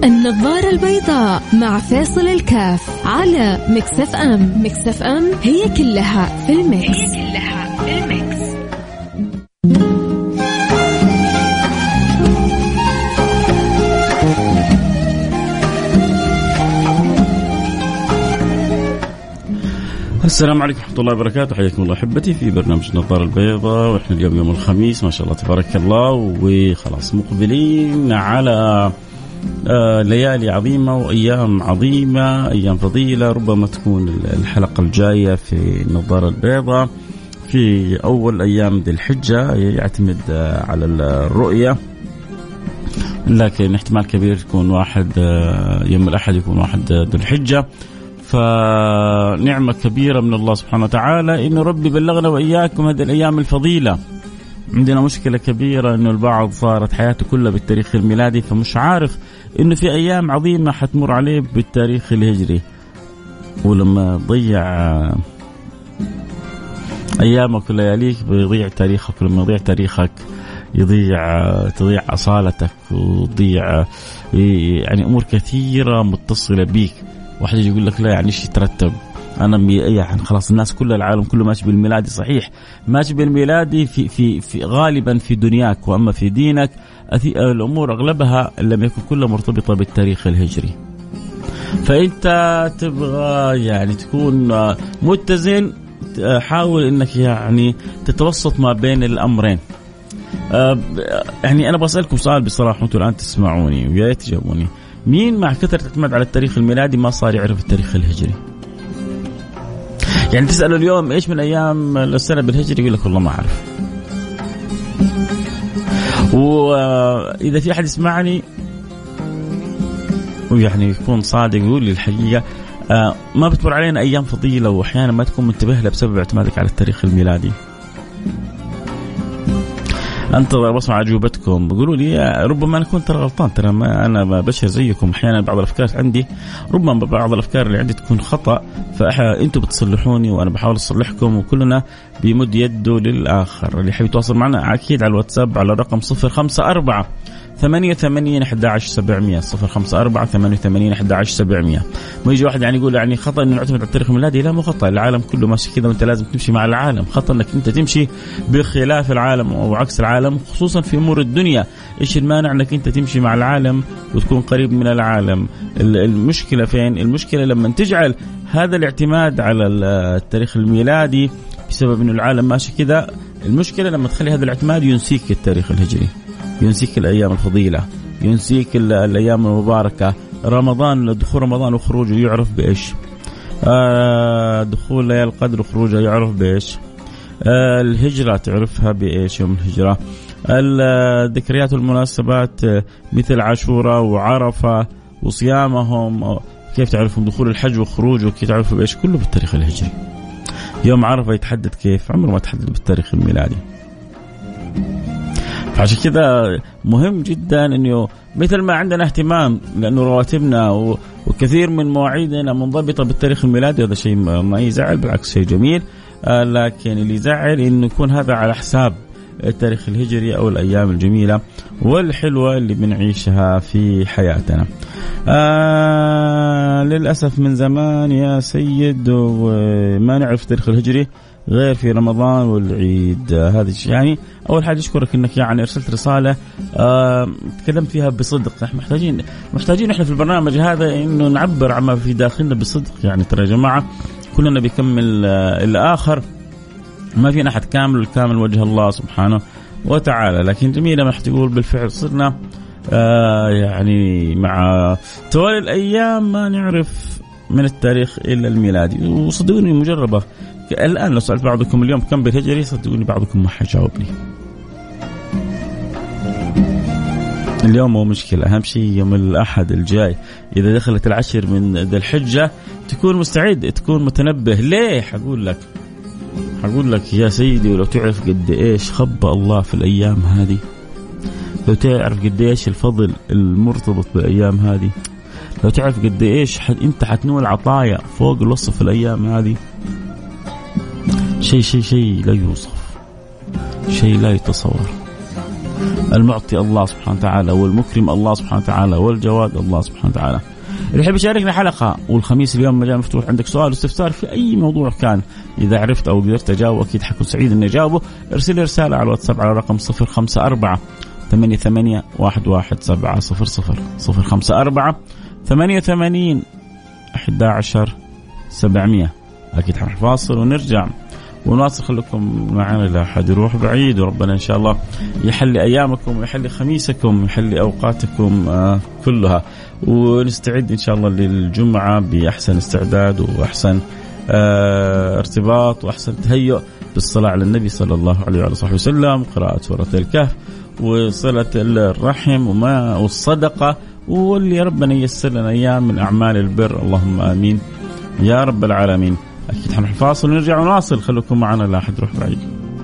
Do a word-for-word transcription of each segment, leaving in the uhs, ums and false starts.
النظارة البيضاء مع فاصل الكاف على ميكس اف ام. ميكس اف ام هي كلها في الميكس. هي كلها في الميكس. السلام عليكم ورحمة الله وبركاته. حياكم الله أحبتي في برنامج النظارة البيضاء، وإحنا اليوم يوم الخميس ما شاء الله تبارك الله، وخلاص مقبلين على آه ليالي عظيمة وأيام عظيمة، أيام فضيلة. ربما تكون الحلقة الجاية في النظارة البيضاء في أول أيام ذي الحجة، يعتمد آه على الرؤية، لكن احتمال كبير يكون واحد آه يوم الأحد يكون واحد ذي الحجة. فنعمة كبيرة من الله سبحانه وتعالى إنه ربي بلغنا وإياكم هذه الأيام الفضيلة. عندنا مشكلة كبيرة إنه البعض صارت حياته كلها بالتاريخ الميلادي، فمش عارف إنه في أيام عظيمة حتمر عليه بالتاريخ الهجري، ولما تضيع أيامك ولياليك بيضيع تاريخك، ولما يضيع تاريخك يضيع تضيع أصالتك، وتضيع يعني أمور كثيرة متصلة بيك. واحد يجي يقول لك لا يعني ايش يترتب، انا يعني خلاص الناس كل العالم كله ماشي بالميلادي. صحيح ماشي بالميلادي في في في غالبا في دنياك، واما في دينك الامور اغلبها لم يكن كلها مرتبطه بالتاريخ الهجري. فانت تبغى يعني تكون متزن، حاول انك يعني تتوسط ما بين الامرين. يعني انا بسالكم سؤال بصراحه، وانتم الان تسمعوني ويا ريت تجاوبوني. مين مع كثرة اعتماد على التاريخ الميلادي ما صار يعرف التاريخ الهجري؟ يعني تسأله اليوم إيش من أيام السنة بالهجري يقول لك والله ما أعرف. وإذا في أحد يسمعني ويعني يكون صادق يقول لي الحقيقة، ما بتمر علينا أيام فضيلة وأحيانا ما تكون منتبه لها بسبب اعتمادك على التاريخ الميلادي. انتظر بسمع اجوبتكم، بيقولوا لي ربما انا كنت غلطان، ترى ما انا بشر زيكم، احيانا بعض الافكار عندي ربما بعض الافكار اللي عندي تكون خطا، فانتم بتصلحوني وانا بحاول اصلحكم، وكلنا بيمد يده للاخر. اللي يحب يتواصل معنا اكيد على الواتساب على الرقم صفر خمسة أربعة ثمانية ثمانية أحد عشر سبعمية صفر خمسة أربعة ثمانية ثمانية أحد عشر سبعمية. ما يجي واحد يعني يقول يعني خطأ إنه نعتمد على التاريخ الميلادي. لا مو خطأ، العالم كله ماشي كذا وأنت لازم تمشي مع العالم. خطأ إنك أنت تمشي بخلاف العالم أو عكس العالم، خصوصا في أمور الدنيا. إيش المانع إنك أنت تمشي مع العالم وتكون قريب من العالم؟ المشكلة فين؟ المشكلة لما تجعل هذا الاعتماد على التاريخ الميلادي بسبب إنه العالم ماشي كذا. المشكلة لما تخلي هذا الاعتماد ينسيك التاريخ الهجري، ينسيك الأيام الفضيلة، ينسيك الأيام المباركة. رمضان، دخول رمضان وخروجه يعرف بإيش؟ آه دخول ليالي القدر وخروجه يعرف بإيش؟ آه الهجرة تعرفها بإيش؟ يوم الهجرة. الذكريات والمناسبات مثل عاشوراء وعرفة وصيامهم كيف تعرفهم؟ دخول الحج وخروجه كيف تعرفوا بإيش؟ كله بالتاريخ الهجري. يوم عرفة يتحدد كيف؟ عمره ما تحدد بالتاريخ الميلادي. عشان كذا مهم جدا انه مثل ما عندنا اهتمام لانه رواتبنا وكثير من مواعيدنا منضبطه بالتاريخ الميلادي، هذا شيء ما يزعل، بالعكس شيء جميل. آه لكن اللي يزعل انه يكون هذا على حساب التاريخ الهجري او الايام الجميله والحلوه اللي بنعيشها في حياتنا. آه للاسف من زمان يا سيد وما نعرف التاريخ الهجري غير في رمضان والعيد. هذا يعني أول حاجة أشكرك إنك يعني أرسلت رسالة آه تكلمت فيها بصدق. إحنا محتاجين محتاجين إحنا في البرنامج هذا إنه نعبر عما في داخلنا بصدق. يعني ترى يا جماعة كلنا بيكمل آه الآخر، ما فينا أحد كامل، الكامل وجه الله سبحانه وتعالى. لكن جميلة ما تقول بالفعل صرنا آه يعني مع توالي الأيام ما نعرف من التاريخ إلا الميلادي. وصدقوني مجربة الآن، لو سألت بعضكم اليوم كم بالهجري صدقوني بعضكم ما حيجاوبني. اليوم مو مشكلة، أهم شيء يوم الأحد الجاي إذا دخلت العشر من ذي الحجة تكون مستعد، تكون متنبه. ليه؟ حقول لك حقول لك يا سيدي، ولو تعرف قد إيش خبأ الله في الأيام هذه، لو تعرف قد إيش الفضل المرتبط بالأيام هذه، لو تعرف قد إيش حد أنت حتنول عطايا فوق الوصف في الأيام هذه، شيء شيء شيء لا يوصف، شيء لا يتصور. المعطي الله سبحانه وتعالى، والمكرم الله سبحانه وتعالى، والجواد الله سبحانه وتعالى. اللي يحب يشاركنا حلقة، والخميس اليوم مجال مفتوح، عندك سؤال واستفسار في أي موضوع كان، إذا عرفت أو قدرت أجاوب أكيد حكون سعيد إني أجاوبه. ارسل لي رسالة على الواتساب على رقم صفر خمسة أربعة ثمانية ثمانية واحد واحد سبعة صفر صفر صفر خمسة أربعة ثمانية ثمانين أحد عشر سبعمية. أكيد حنروح فاصل ونرجع ونواصل. خليكم معنا، لا أحد يروح بعيد، وربنا إن شاء الله يحلي أيامكم ويحلي خميسكم ويحلي أوقاتكم آه كلها، ونستعد إن شاء الله للجمعة بأحسن استعداد وأحسن آه ارتباط وأحسن تهيؤ بالصلاة على النبي صلى الله عليه وصحبه وسلم، قراءة سورة الكهف وصلة الرحم وما والصدقة، واللي ربنا ييسر لنا أيام من أعمال البر، اللهم آمين يا رب العالمين. أكيد حنروح فاصل ونرجع ونواصل. خليكم معنا، لا أحد يروح بعيد.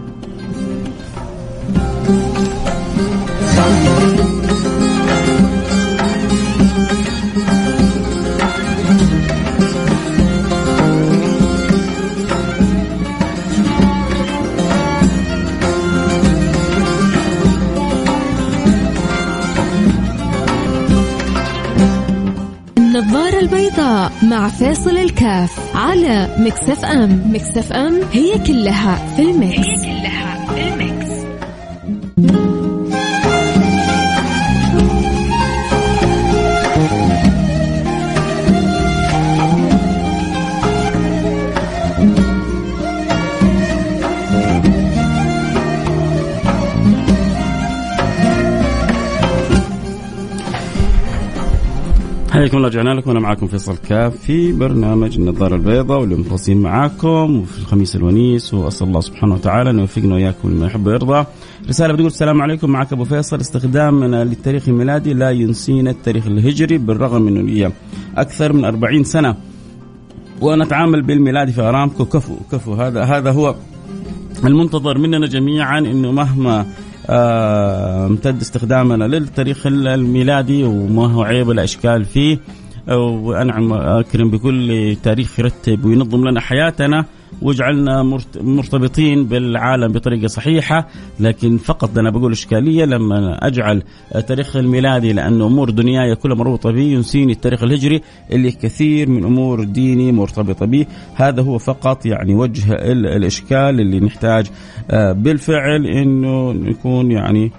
النظارة البيضاء مع فاصل الكاف على ميكس اف ام. ميكس اف ام هي كلها في الميكس. هي كلها في الميكس. حياكم الله، رجعنا لكم. أنا معكم فيصل كاف في برنامج النظارة البيضاء، واليوم مخلصين معاكم وفي الخميس الونيس، وأسأل الله سبحانه وتعالى أن يوفقنا وإياكم لما يحب ويرضى. رسالة بتقول: السلام عليكم، معك أبو فيصل. استخدامنا للتاريخ الميلادي لا ينسينا التاريخ الهجري، بالرغم من أنه هي أكثر من أربعين سنة ونتعامل بالميلادي في أرامكو. كفو كفو، هذا هذا هو المنتظر مننا جميعا، إنه مهما آه امتد استخدامنا للتاريخ الميلادي وما هو عيب ولا إشكال فيه، وأنعم أكرم بكل تاريخ يرتب وينظم لنا حياتنا ويجعلنا مرتبطين بالعالم بطريقة صحيحة. لكن فقط أنا بقول إشكالية لما أجعل التاريخ الميلادي لأنه أمور دنياي كلها مربوطة به ينسيني التاريخ الهجري اللي كثير من أمور ديني مرتبطة به. هذا هو فقط يعني وجه الإشكال اللي نحتاج بالفعل إنه نكون يعني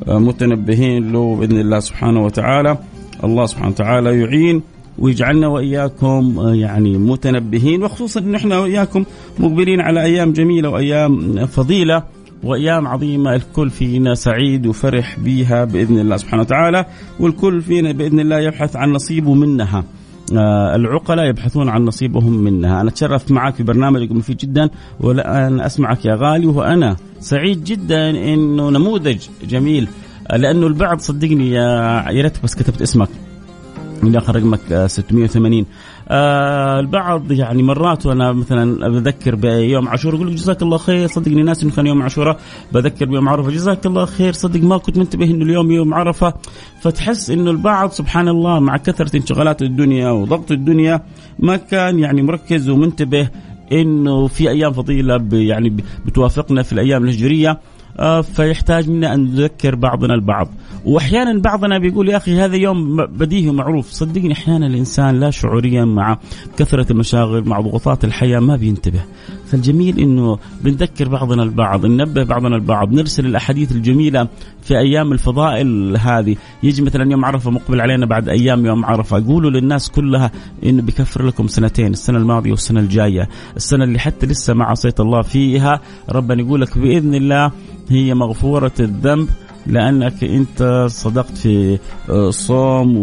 متنبهين له بإذن الله سبحانه وتعالى. الله سبحانه وتعالى يعين ويجعلنا وإياكم يعني متنبهين، وخصوصا إن إحنا وإياكم مقبلين على أيام جميلة وأيام فضيلة وأيام عظيمة، الكل فينا سعيد وفرح بها بإذن الله سبحانه وتعالى، والكل فينا بإذن الله يبحث عن نصيبه منها. آه العقلاء يبحثون عن نصيبهم منها. أنا أتشرف معك في برنامجكم مفيد جدا، وأنا أسمعك يا غالي، وأنا سعيد جدا إنه نموذج جميل، لأنه البعض صدقني يا ريت بس كتبت اسمك من آخر رقمك ستمائة وثمانين. آه البعض يعني مرات وأنا مثلا بذكر بيوم عاشوراء يقول جزاك الله خير، صدقني ناس إنه كان يوم عاشوراء، بذكر بيوم عرفة جزاك الله خير، صدق ما كنت منتبه إنه اليوم يوم عرفة. فتحس إنه البعض سبحان الله مع كثرة انشغالات الدنيا وضغط الدنيا ما كان يعني مركز ومنتبه إنه في أيام فضيلة يعني بتوافقنا في الأيام الهجرية. آه فيحتاج منا أن نذكر بعضنا البعض. وأحيانا بعضنا بيقول يا أخي هذا يوم بديهي ومعروف. صدقني أحيانا الإنسان لا شعوريا مع كثرة المشاغل مع ضغوطات الحياة ما بينتبه. فالجميل إنه بنذكر بعضنا البعض، ننبه بعضنا البعض، نرسل الأحاديث الجميلة في أيام الفضائل هذه. يجي مثلا يوم عرفة مقبل علينا بعد أيام يوم عرفة، قولوا للناس كلها إنه بكفر لكم سنتين، السنة الماضية والسنة الجاية، السنة اللي حتى لسه ما عصيت الله فيها، ربنا يقول لك بإذن الله هي مغفورة الذنب لأنك أنت صدقت في صوم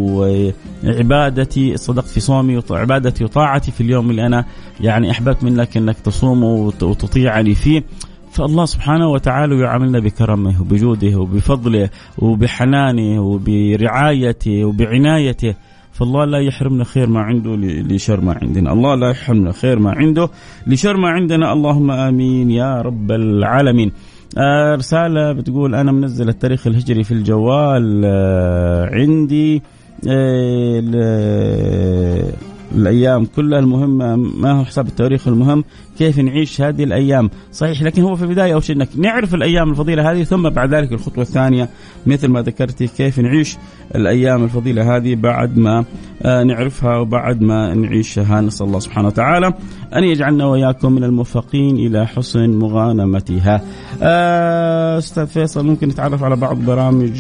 وعبادتي، صدقت في صومي وعبادتي وطاعتي في اليوم اللي أنا يعني أحببت منك أنك تصوم وتطيعني فيه. فالله سبحانه وتعالى يعاملنا بكرمه وبجوده وبفضله وبحنانه وبرعايته وبعنايته. فالله لا يحرمنا خير ما عنده لشر ما عندنا، الله لا يحرمنا خير ما عنده لشر ما عندنا، اللهم آمين يا رب العالمين. آه رسالة بتقول أنا منزل التاريخ الهجري في الجوال آه عندي آه الأيام كلها المهمة ما هو حساب التاريخ، المهم كيف نعيش هذه الأيام. صحيح، لكن هو في البداية أول شيء أنك نعرف الأيام الفضيلة هذه، ثم بعد ذلك الخطوة الثانية مثل ما ذكرتي كيف نعيش الأيام الفضيلة هذه بعد ما نعرفها وبعد ما نعيشها. نسأل الله سبحانه وتعالى أن يجعلنا وإياكم من الموفقين إلى حسن مغانمتها. أستاذ فيصل، ممكن نتعرف على بعض برامج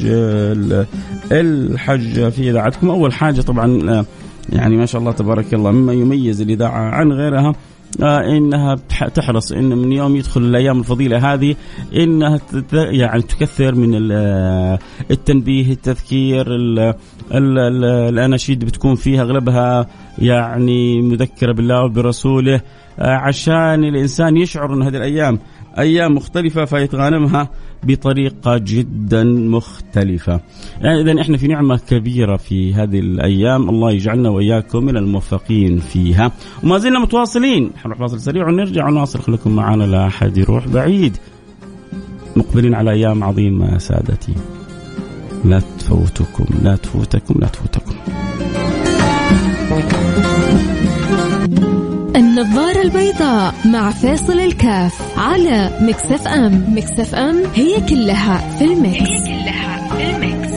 الحج في إذاعتكم؟ أول حاجة طبعا يعني ما شاء الله تبارك الله مما يميز الإذاعة عن غيرها آه إنها تحرص إن من يوم يدخل الأيام الفضيلة هذه إنها يعني تكثر من التنبيه، التذكير، ال ال ال الأناشيد بتكون فيها أغلبها يعني مذكرة بالله وبرسوله، آه عشان الإنسان يشعر أن هذه الأيام أيام مختلفة فيتغانمها بطريقة جدا مختلفة. يعني إذن إحنا في نعمة كبيرة في هذه الأيام، الله يجعلنا وإياكم من الموفقين فيها. وما زلنا متواصلين، حنروح فاصل سريع ونرجع ونواصل. خليكم معنا، لا أحد يروح بعيد. مقبلين على أيام عظيمة يا سادتي، لا تفوتكم لا تفوتكم لا تفوتكم. النظارة البيضاء مع فاصل الكاف على ميكس اف ام. ميكس اف ام هي كلها في الميكس, هي كلها في الميكس.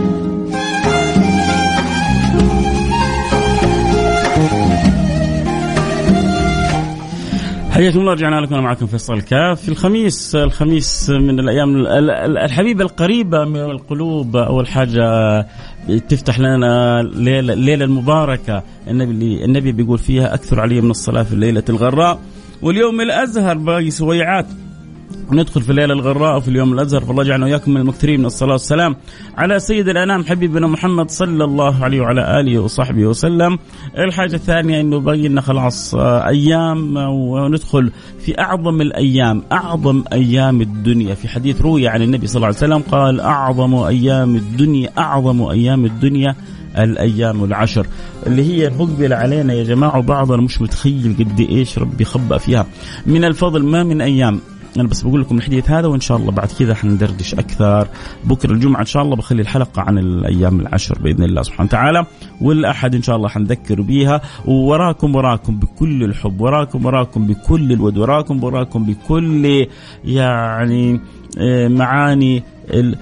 حياكم الله، رجعنا لكم معكم فيصل الكاف في الخميس. الخميس من الأيام الحبيبة القريبة من القلوب. أول حاجة تفتح لنا ليلة, ليلة المباركة، النبي, النبي بيقول فيها أكثر علي من الصلاة في الليلة الغراء واليوم الأزهر. باقي سويعات ندخل في الليلة الغراء وفي اليوم الأزهر، فالله جعلنا وإياكم من المكثرين من الصلاة والسلام على سيد الأنام حبيبنا محمد صلى الله عليه وعلى آله وصحبه وسلم. الحاجة الثانية إنه باقي لنا خلاص أيام وندخل في أعظم الأيام، أعظم أيام الدنيا. في حديث روي عن النبي صلى الله عليه وسلم قال أعظم أيام الدنيا أعظم أيام الدنيا الأيام العشر، اللي هي مقبلة علينا يا جماعة، وبعضنا مش متخيل قد إيش ربي خبأ فيها من الفضل. ما من أيام، أنا بس بقول لكم الحديث هذا، وإن شاء الله بعد كذا حندردش أكثر. بكرة الجمعة إن شاء الله بخلي الحلقة عن الأيام العشر بإذن الله سبحانه وتعالى، والأحد إن شاء الله حنذكر بيها. ووراكم وراكم بكل الحب، وراكم وراكم بكل الود، وراكم وراكم بكل يعني معاني ال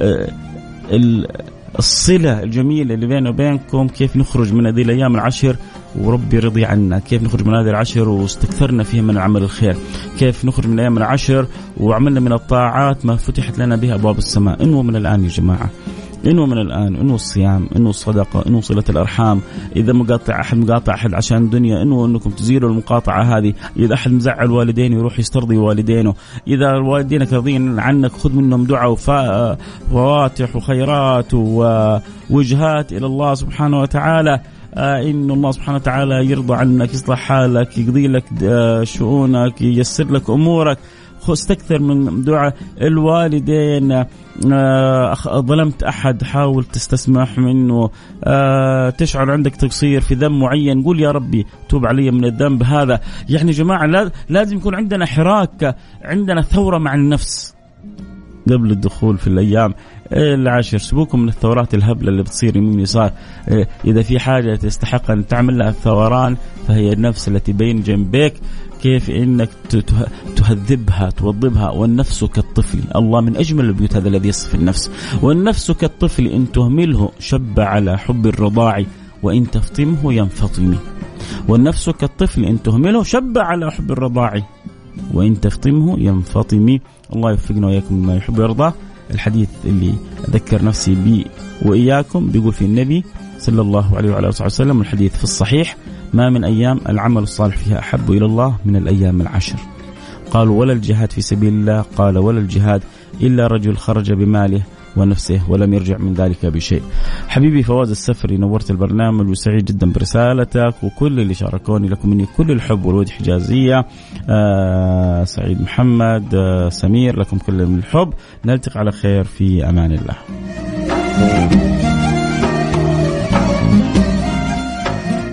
ال الصلة الجميلة اللي بيننا وبينكم. كيف نخرج من هذه الأيام العشر وربي رضي عنا، كيف نخرج من هذه العشر واستكثرنا فيها من عمل الخير، كيف نخرج من أيام العشر وعملنا من الطاعات ما فتحت لنا بها أبواب السماء. إنه من الآن يا جماعة، إنه من الآن، إنه الصيام، إنه الصدقة، إنه صلة الأرحام. إذا مقاطع أحد مقاطع أحد عشان الدنيا، إنه إنكم تزيلوا المقاطعة هذه. إذا أحد مزعل والدينه يروح يسترضي والدينه. إذا والدينك راضين عنك خذ منهم دعاء وفواتح وخيرات ووجهات إلى الله سبحانه وتعالى. آه إن الله سبحانه وتعالى يرضى عنك، يصلح حالك، يقضي لك آه شؤونك، ييسر لك أمورك. استكثر من دعاء الوالدين. آه ظلمت أحد حاول تستسمح منه. آه تشعر عندك تقصير في ذنب معين قول يا ربي توب علي من الذنب هذا. يعني جماعة لازم يكون عندنا حراك، عندنا ثورة مع النفس قبل الدخول في الأيام العاشر. سبوكم من الثورات الهبلة اللي بتصير يمين يسار. إذا في حاجة تستحق أن تعمل لها الثوران فهي النفس التي بين جنبك، كيف إنك تهذبها توضبها. والنفس كالطفل، الله من أجمل البيوت هذا الذي يصف النفس. والنفس كالطفل إن تهمله شب على حب الرضاع وإن تفطمه ينفطم. والنفس كالطفل إن تهمله شب على حب الرضاع وإن تفطمه ينفطم. الله يوفقنا وإياكم ما يحب ويرضى. الحديث اللي أذكر نفسي به وإياكم بيقول في النبي صلى الله عليه وعلى آله وسلم، الحديث في الصحيح: ما من أيام العمل الصالح فيها أحب إلى الله من الأيام العشر. قالوا ولا الجهاد في سبيل الله؟ قال ولا الجهاد إلا رجل خرج بماله ونفسه ولم يرجع من ذلك بشيء. حبيبي فواز السفري، نورت البرنامج وسعيد جدا برسالتك، وكل اللي شاركوني لكم مني كل الحب والود. حجازية، آه سعيد محمد، آه سمير، لكم كل من الحب. نلتقي على خير في أمان الله.